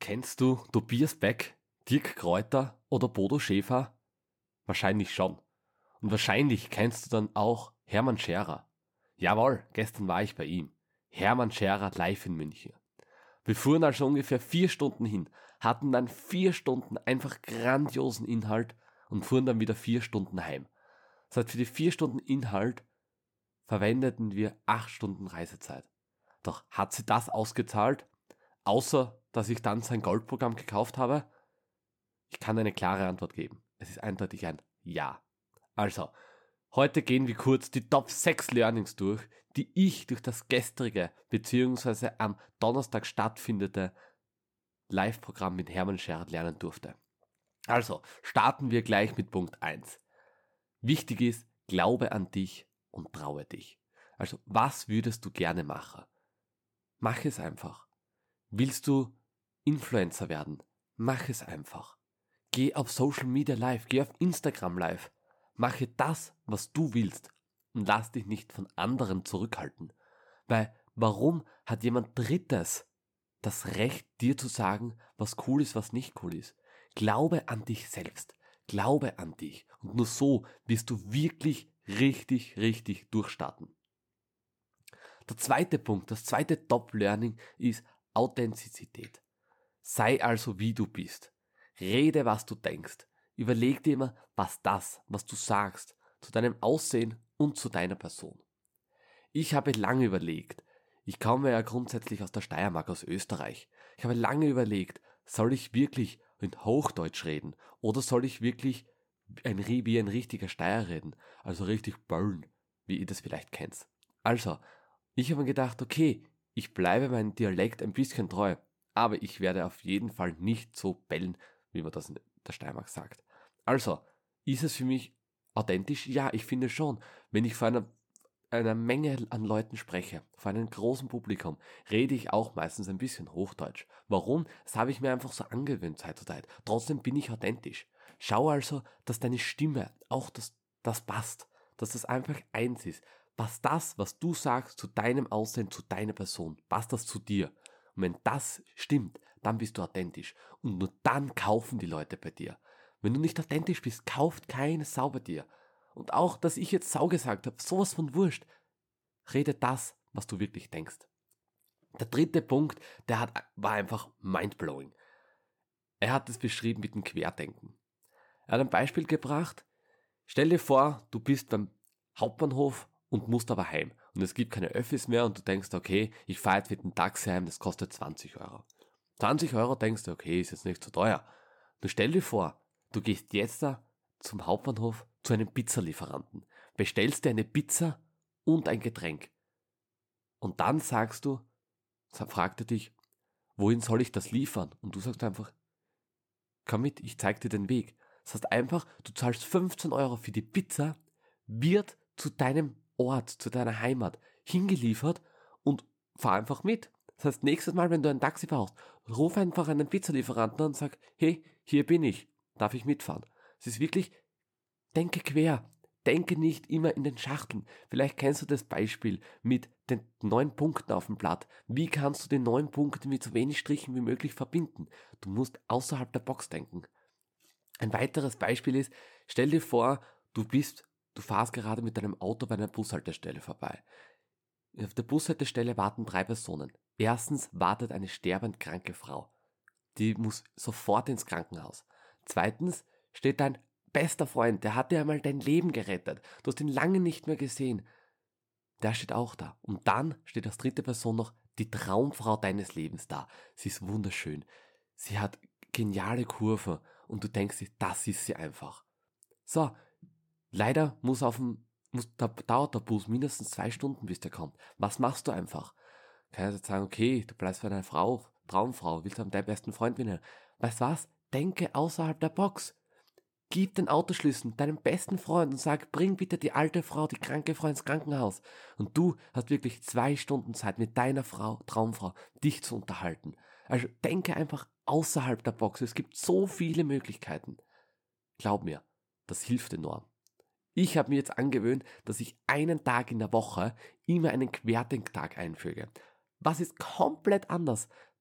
Kennst du Tobias Beck, Dirk Kräuter oder Bodo Schäfer? Wahrscheinlich schon. Und wahrscheinlich kennst du dann auch Hermann Scherer. Jawohl, gestern war ich bei ihm. Hermann Scherer live in München. Wir fuhren also ungefähr 4 Stunden hin, hatten dann 4 Stunden einfach grandiosen Inhalt und fuhren dann wieder 4 Stunden heim. Das heißt, für die 4 Stunden Inhalt verwendeten wir 8 Stunden Reisezeit. Doch hat sie das ausgezahlt? Außer, dass ich dann sein Goldprogramm gekauft habe? Ich kann eine klare Antwort geben. Es ist eindeutig ein Ja. Also, heute gehen wir kurz die Top 6 Learnings durch, die ich durch das gestrige bzw. am Donnerstag stattfindende Live-Programm mit Hermann Scherer lernen durfte. Also, starten wir gleich mit Punkt 1. Wichtig ist, glaube an dich und traue dich. Also, was würdest du gerne machen? Mach es einfach. Willst du Influencer werden? Mach es einfach. Geh auf Social Media live, geh auf Instagram live. Mache das, was du willst und lass dich nicht von anderen zurückhalten. Weil warum hat jemand Drittes das Recht, dir zu sagen, was cool ist, was nicht cool ist? Glaube an dich selbst. Glaube an dich. Und nur so wirst du wirklich richtig durchstarten. Der zweite Punkt, das zweite Top-Learning ist Authentizität. Sei also wie du bist. Rede, was du denkst. Überleg dir immer, was du sagst, zu deinem Aussehen und zu deiner Person. Ich habe lange überlegt, ich komme ja grundsätzlich aus der Steiermark, aus Österreich. Ich habe lange überlegt, soll ich wirklich in Hochdeutsch reden oder soll ich wirklich wie ein richtiger Steirer reden, also richtig böllen, wie ihr das vielleicht kennt. Also, ich habe mir gedacht, okay, ich bleibe meinem Dialekt ein bisschen treu, aber ich werde auf jeden Fall nicht so bellen, wie man das in der Steiermark sagt. Also, ist es für mich authentisch? Ja, ich finde schon. Wenn ich vor einer Menge an Leuten spreche, vor einem großen Publikum, rede ich auch meistens ein bisschen Hochdeutsch. Warum? Das habe ich mir einfach so angewöhnt Zeit zu Zeit. Trotzdem bin ich authentisch. Schau also, dass deine Stimme, auch das passt, dass das einfach eins ist. Passt das, was du sagst, zu deinem Aussehen, zu deiner Person? Passt das zu dir? Und wenn das stimmt, dann bist du authentisch. Und nur dann kaufen die Leute bei dir. Wenn du nicht authentisch bist, kauft keine Sau bei dir. Und auch, dass ich jetzt Sau gesagt habe, sowas von wurscht. Rede das, was du wirklich denkst. Der dritte Punkt, war einfach mindblowing. Er hat es beschrieben mit dem Querdenken. Er hat ein Beispiel gebracht. Stell dir vor, du bist beim Hauptbahnhof und musst aber heim. Und es gibt keine Öffis mehr und du denkst, okay, ich fahre jetzt mit dem Taxi heim, das kostet 20 Euro. 20 Euro denkst du, okay, ist jetzt nicht so teuer. Nur stell dir vor, du gehst jetzt da zum Hauptbahnhof zu einem Pizzalieferanten, bestellst dir eine Pizza und ein Getränk. Und dann fragt er dich, wohin soll ich das liefern? Und du sagst einfach, komm mit, ich zeig dir den Weg. Das heißt einfach, du zahlst 15 Euro für die Pizza, wird zu deinem Ort, zu deiner Heimat hingeliefert und fahr einfach mit. Das heißt, nächstes Mal, wenn du ein Taxi brauchst, ruf einfach einen Pizzalieferanten an und sag, hey, hier bin ich, darf ich mitfahren? Es ist wirklich, denke quer, denke nicht immer in den Schachteln. Vielleicht kennst du das Beispiel mit den 9 Punkten auf dem Blatt. Wie kannst du die 9 Punkte mit so wenig Strichen wie möglich verbinden? Du musst außerhalb der Box denken. Ein weiteres Beispiel ist, stell dir vor, du fahrst gerade mit deinem Auto bei einer Bushaltestelle vorbei. Auf der Bushaltestelle warten 3 Personen. Erstens wartet eine sterbend kranke Frau. Die muss sofort ins Krankenhaus. Zweitens steht dein bester Freund, der hat dir einmal dein Leben gerettet. Du hast ihn lange nicht mehr gesehen. Der steht auch da. Und dann steht als dritte Person noch die Traumfrau deines Lebens da. Sie ist wunderschön. Sie hat geniale Kurven und du denkst dir, das ist sie einfach. So, leider dauert der Bus mindestens 2 Stunden, bis der kommt. Was machst du einfach? Kann ich jetzt sagen, okay, du bleibst bei deiner Traumfrau, willst deinen besten Freund gewinnen. Weißt was? Denke außerhalb der Box. Gib den Autoschlüssel deinem besten Freund und sag, bring bitte die alte Frau, die kranke Frau ins Krankenhaus. Und du hast wirklich 2 Stunden Zeit mit deiner Traumfrau, dich zu unterhalten. Also denke einfach außerhalb der Box. Es gibt so viele Möglichkeiten. Glaub mir, das hilft enorm. Ich habe mir jetzt angewöhnt, dass ich einen Tag in der Woche immer einen Querdenktag einfüge. Was ist komplett anders?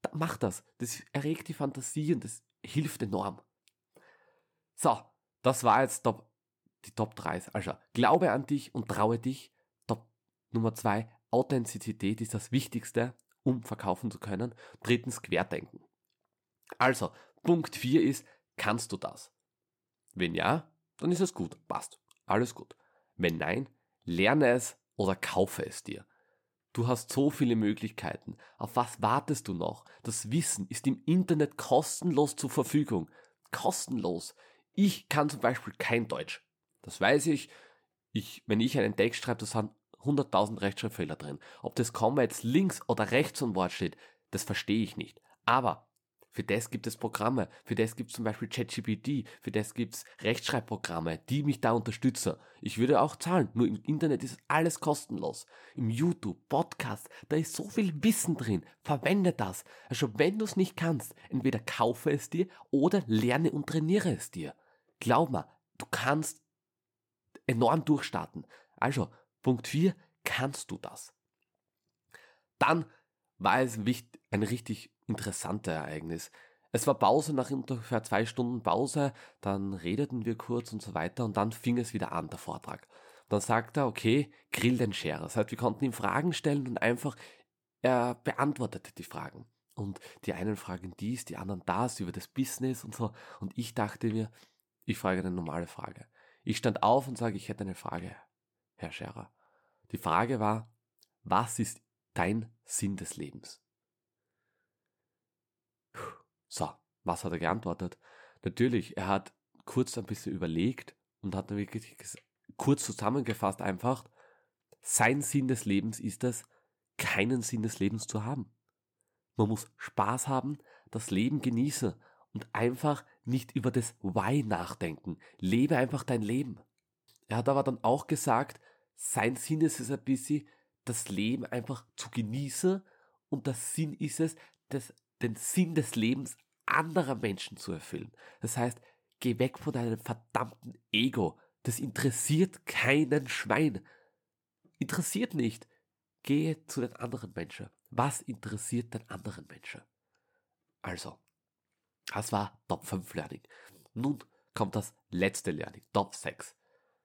Mach das. Das erregt die Fantasie und das hilft enorm. So, das war jetzt die Top 3. Also, glaube an dich und traue dich. Top Nummer 2, Authentizität ist das Wichtigste, um verkaufen zu können. 3, Querdenken. Also, Punkt 4 ist, kannst du das? Wenn ja, dann ist es gut, passt, alles gut. Wenn nein, lerne es oder kaufe es dir. Du hast so viele Möglichkeiten. Auf was wartest du noch? Das Wissen ist im Internet kostenlos zur Verfügung. Kostenlos. Ich kann zum Beispiel kein Deutsch. Das weiß ich. Wenn ich einen Text schreibe, da sind 100.000 Rechtschreibfehler drin. Ob das Komma jetzt links oder rechts ein Wort steht, das verstehe ich nicht. Aber für das gibt es Programme. Für das gibt es zum Beispiel ChatGPT. Für das gibt es Rechtschreibprogramme, die mich da unterstützen. Ich würde auch zahlen. Nur im Internet ist alles kostenlos. Im YouTube, Podcast, da ist so viel Wissen drin. Verwende das. Also wenn du es nicht kannst, entweder kaufe es dir oder lerne und trainiere es dir. Glaub mir, du kannst enorm durchstarten. Also, Punkt 4, kannst du das? Dann war es ein richtig interessantes Ereignis. Es war Pause, nach ungefähr 2 Stunden Pause, dann redeten wir kurz und so weiter und dann fing es wieder an, der Vortrag. Dann sagt er, okay, grill den Scherer. Das heißt, wir konnten ihm Fragen stellen und einfach, er beantwortete die Fragen. Und die einen fragen dies, die anderen das, über das Business und so. Und ich dachte mir, ich frage eine normale Frage. Ich stand auf und sage, ich hätte eine Frage, Herr Scherer. Die Frage war, was ist dein Sinn des Lebens? So, was hat er geantwortet? Natürlich, er hat kurz ein bisschen überlegt und hat dann wirklich kurz zusammengefasst einfach, sein Sinn des Lebens ist es, keinen Sinn des Lebens zu haben. Man muss Spaß haben, das Leben genießen und einfach nicht über das Why nachdenken. Lebe einfach dein Leben. Er hat aber dann auch gesagt, sein Sinn ist es ein bisschen, das Leben einfach zu genießen und der Sinn ist es, den Sinn des Lebens anderer Menschen zu erfüllen. Das heißt, geh weg von deinem verdammten Ego. Das interessiert keinen Schwein. Interessiert nicht. Gehe zu den anderen Menschen. Was interessiert den anderen Menschen? Also, das war Top 5 Learning. Nun kommt das letzte Learning, Top 6.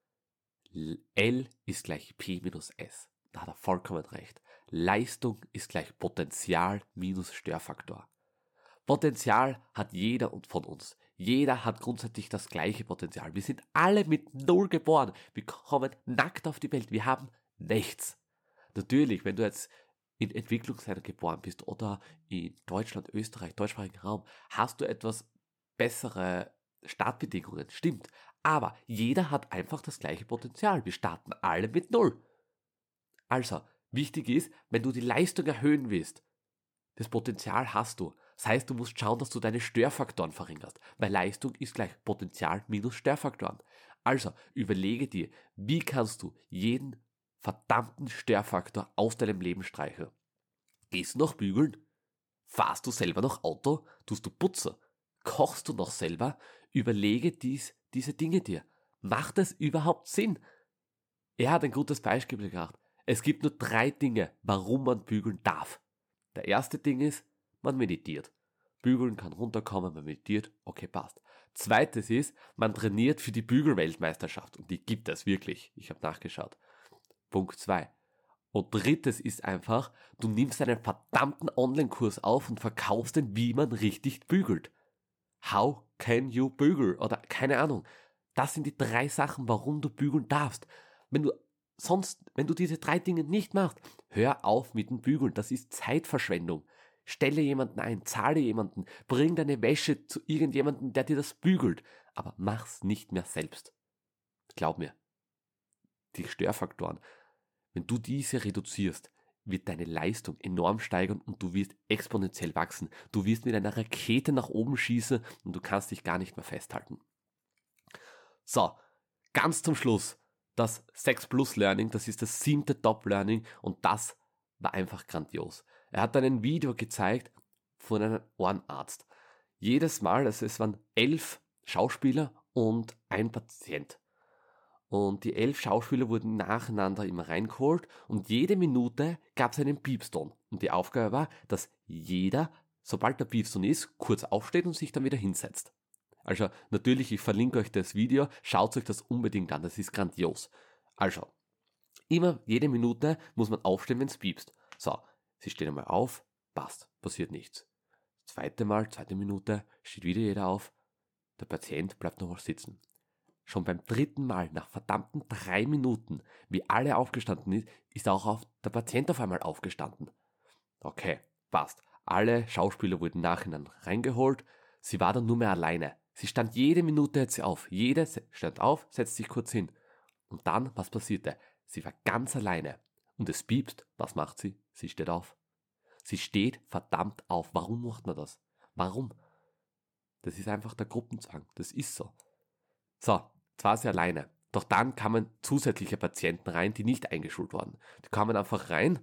L ist gleich P minus S. Da hat er vollkommen recht. Leistung ist gleich Potenzial minus Störfaktor. Potenzial hat jeder und von uns. Jeder hat grundsätzlich das gleiche Potenzial. Wir sind alle mit 0 geboren. Wir kommen nackt auf die Welt. Wir haben nichts. Natürlich, wenn du jetzt in Entwicklungsländern geboren bist oder in Deutschland, Österreich, deutschsprachigen Raum, hast du etwas bessere Startbedingungen. Stimmt. Aber jeder hat einfach das gleiche Potenzial. Wir starten alle mit 0. Also, wichtig ist, wenn du die Leistung erhöhen willst, das Potenzial hast du. Das heißt, du musst schauen, dass du deine Störfaktoren verringerst, weil Leistung ist gleich Potenzial minus Störfaktoren. Also, überlege dir, wie kannst du jeden verdammten Störfaktor aus deinem Leben streichen. Gehst du noch bügeln? Fahrst du selber noch Auto? Tust du putzen? Kochst du noch selber? Überlege diese Dinge dir. Macht es überhaupt Sinn? Er hat ein gutes Beispiel gebracht. Es gibt nur 3 Dinge, warum man bügeln darf. Der erste Ding ist, man meditiert. Bügeln kann runterkommen, man meditiert, okay, passt. Zweites ist, man trainiert für die Bügelweltmeisterschaft und die gibt es wirklich. Ich habe nachgeschaut. Punkt 2. Und drittes ist einfach, du nimmst einen verdammten Online-Kurs auf und verkaufst den, wie man richtig bügelt. How can you bügeln? Oder keine Ahnung. Das sind die 3 Sachen, warum du bügeln darfst. Wenn du diese 3 Dinge nicht machst, hör auf mit dem Bügeln. Das ist Zeitverschwendung. Stelle jemanden ein, zahle jemanden, bring deine Wäsche zu irgendjemandem, der dir das bügelt. Aber mach's nicht mehr selbst. Glaub mir. Die Störfaktoren, wenn du diese reduzierst, wird deine Leistung enorm steigern und du wirst exponentiell wachsen. Du wirst mit einer Rakete nach oben schießen und du kannst dich gar nicht mehr festhalten. So, ganz zum Schluss, das 6 Plus Learning, das ist das 7. Top Learning und das war einfach grandios. Er hat dann ein Video gezeigt von einem Ohrenarzt. Jedes Mal, also es waren 11 Schauspieler und ein Patient. Und die 11 Schauspieler wurden nacheinander immer reingeholt und jede Minute gab es einen Piepston. Und die Aufgabe war, dass jeder sobald der Piepston ist, kurz aufsteht und sich dann wieder hinsetzt. Also natürlich, ich verlinke euch das Video, schaut euch das unbedingt an, das ist grandios. Also, jede Minute muss man aufstehen, wenn es piepst. So, sie steht einmal auf, passt, passiert nichts. Zweite Minute, steht wieder jeder auf, der Patient bleibt nochmal sitzen. Schon beim dritten Mal, nach verdammten 3 Minuten, wie alle aufgestanden ist auch der Patient auf einmal aufgestanden. Okay, passt. Alle Schauspieler wurden nachhinein reingeholt, sie war dann nur mehr alleine. Sie stand jede Minute jetzt auf, jede stand auf, setzt sich kurz hin. Und dann, was passierte? Sie war ganz alleine. Und es piepst, was macht sie? Sie steht auf. Sie steht verdammt auf. Warum macht man das? Warum? Das ist einfach der Gruppenzwang. Das ist so. So, jetzt war sie alleine. Doch dann kamen zusätzliche Patienten rein, die nicht eingeschult waren. Die kamen einfach rein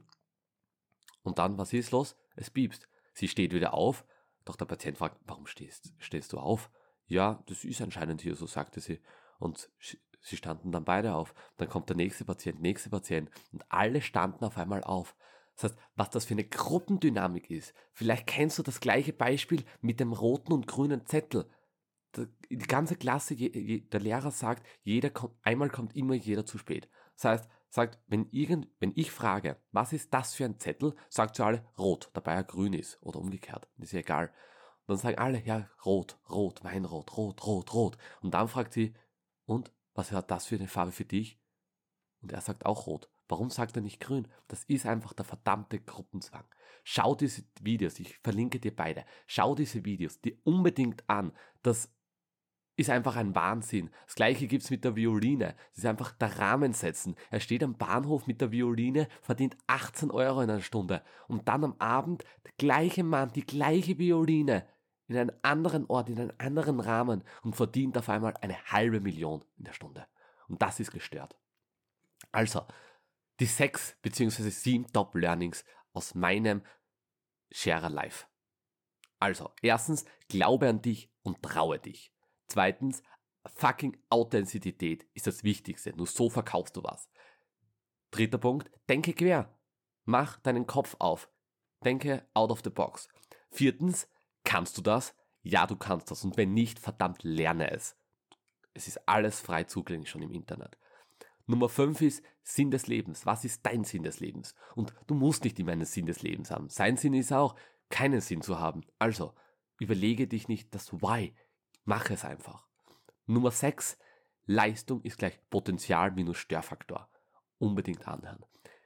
und dann, was ist los? Es piepst. Sie steht wieder auf, doch der Patient fragt, warum stehst du auf? Ja, das ist anscheinend hier, so sagte sie. Und sie standen dann beide auf. Dann kommt der nächste Patient und alle standen auf einmal auf. Das heißt, was das für eine Gruppendynamik ist. Vielleicht kennst du das gleiche Beispiel mit dem roten und grünen Zettel. Die ganze Klasse, der Lehrer sagt, einmal kommt immer jeder zu spät. Das heißt, sagt, wenn ich frage, was ist das für ein Zettel, sagt sie alle rot, dabei er grün ist oder umgekehrt, ist ja egal. Und dann sagen alle, ja, rot, Weinrot, rot. Und dann fragt sie, und was hat das für eine Farbe für dich? Und er sagt auch rot. Warum sagt er nicht grün? Das ist einfach der verdammte Gruppenzwang. Schau diese Videos, ich verlinke dir beide. Schau diese Videos dir unbedingt an. Das ist einfach ein Wahnsinn. Das gleiche gibt's mit der Violine. Das ist einfach der Rahmen setzen. Er steht am Bahnhof mit der Violine, verdient 18 Euro in einer Stunde. Und dann am Abend der gleiche Mann, die gleiche Violine in einem anderen Ort, in einem anderen Rahmen und verdient auf einmal 500.000 in der Stunde. Und das ist gestört. Also, die 6 bzw. 7 Top-Learnings aus meinem Sharer Life. Also, erstens, glaube an dich und traue dich. Zweitens, fucking Authentizität ist das Wichtigste. Nur so verkaufst du was. Dritter Punkt, denke quer. Mach deinen Kopf auf. Denke out of the box. Viertens, kannst du das? Ja, du kannst das. Und wenn nicht, verdammt, lerne es. Es ist alles frei zugänglich schon im Internet. Nummer 5 ist Sinn des Lebens. Was ist dein Sinn des Lebens? Und du musst nicht immer einen Sinn des Lebens haben. Sein Sinn ist auch, keinen Sinn zu haben. Also, überlege dich nicht das Why. Mach es einfach. Nummer 6, Leistung ist gleich Potenzial minus Störfaktor. Unbedingt anhören.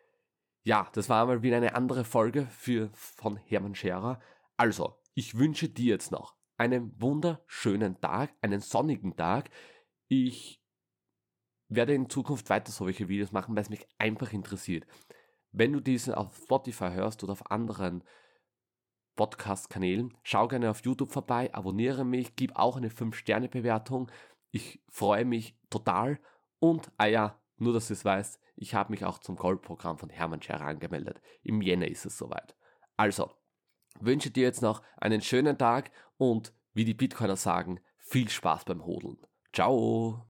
Ja, das war mal wieder eine andere Folge von Hermann Scherer. Also, ich wünsche dir jetzt noch einen wunderschönen Tag, einen sonnigen Tag. Ich werde in Zukunft weiter solche Videos machen, weil es mich einfach interessiert. Wenn du diesen auf Spotify hörst oder auf anderen Podcast-Kanälen, schau gerne auf YouTube vorbei, abonniere mich, gib auch eine 5-Sterne-Bewertung. Ich freue mich total. Und, nur dass du es weißt, ich habe mich auch zum Gold-Programm von Hermann Scherer angemeldet. Im Jänner ist es soweit. Also, wünsche dir jetzt noch einen schönen Tag und, wie die Bitcoiner sagen, viel Spaß beim Hodeln. Ciao!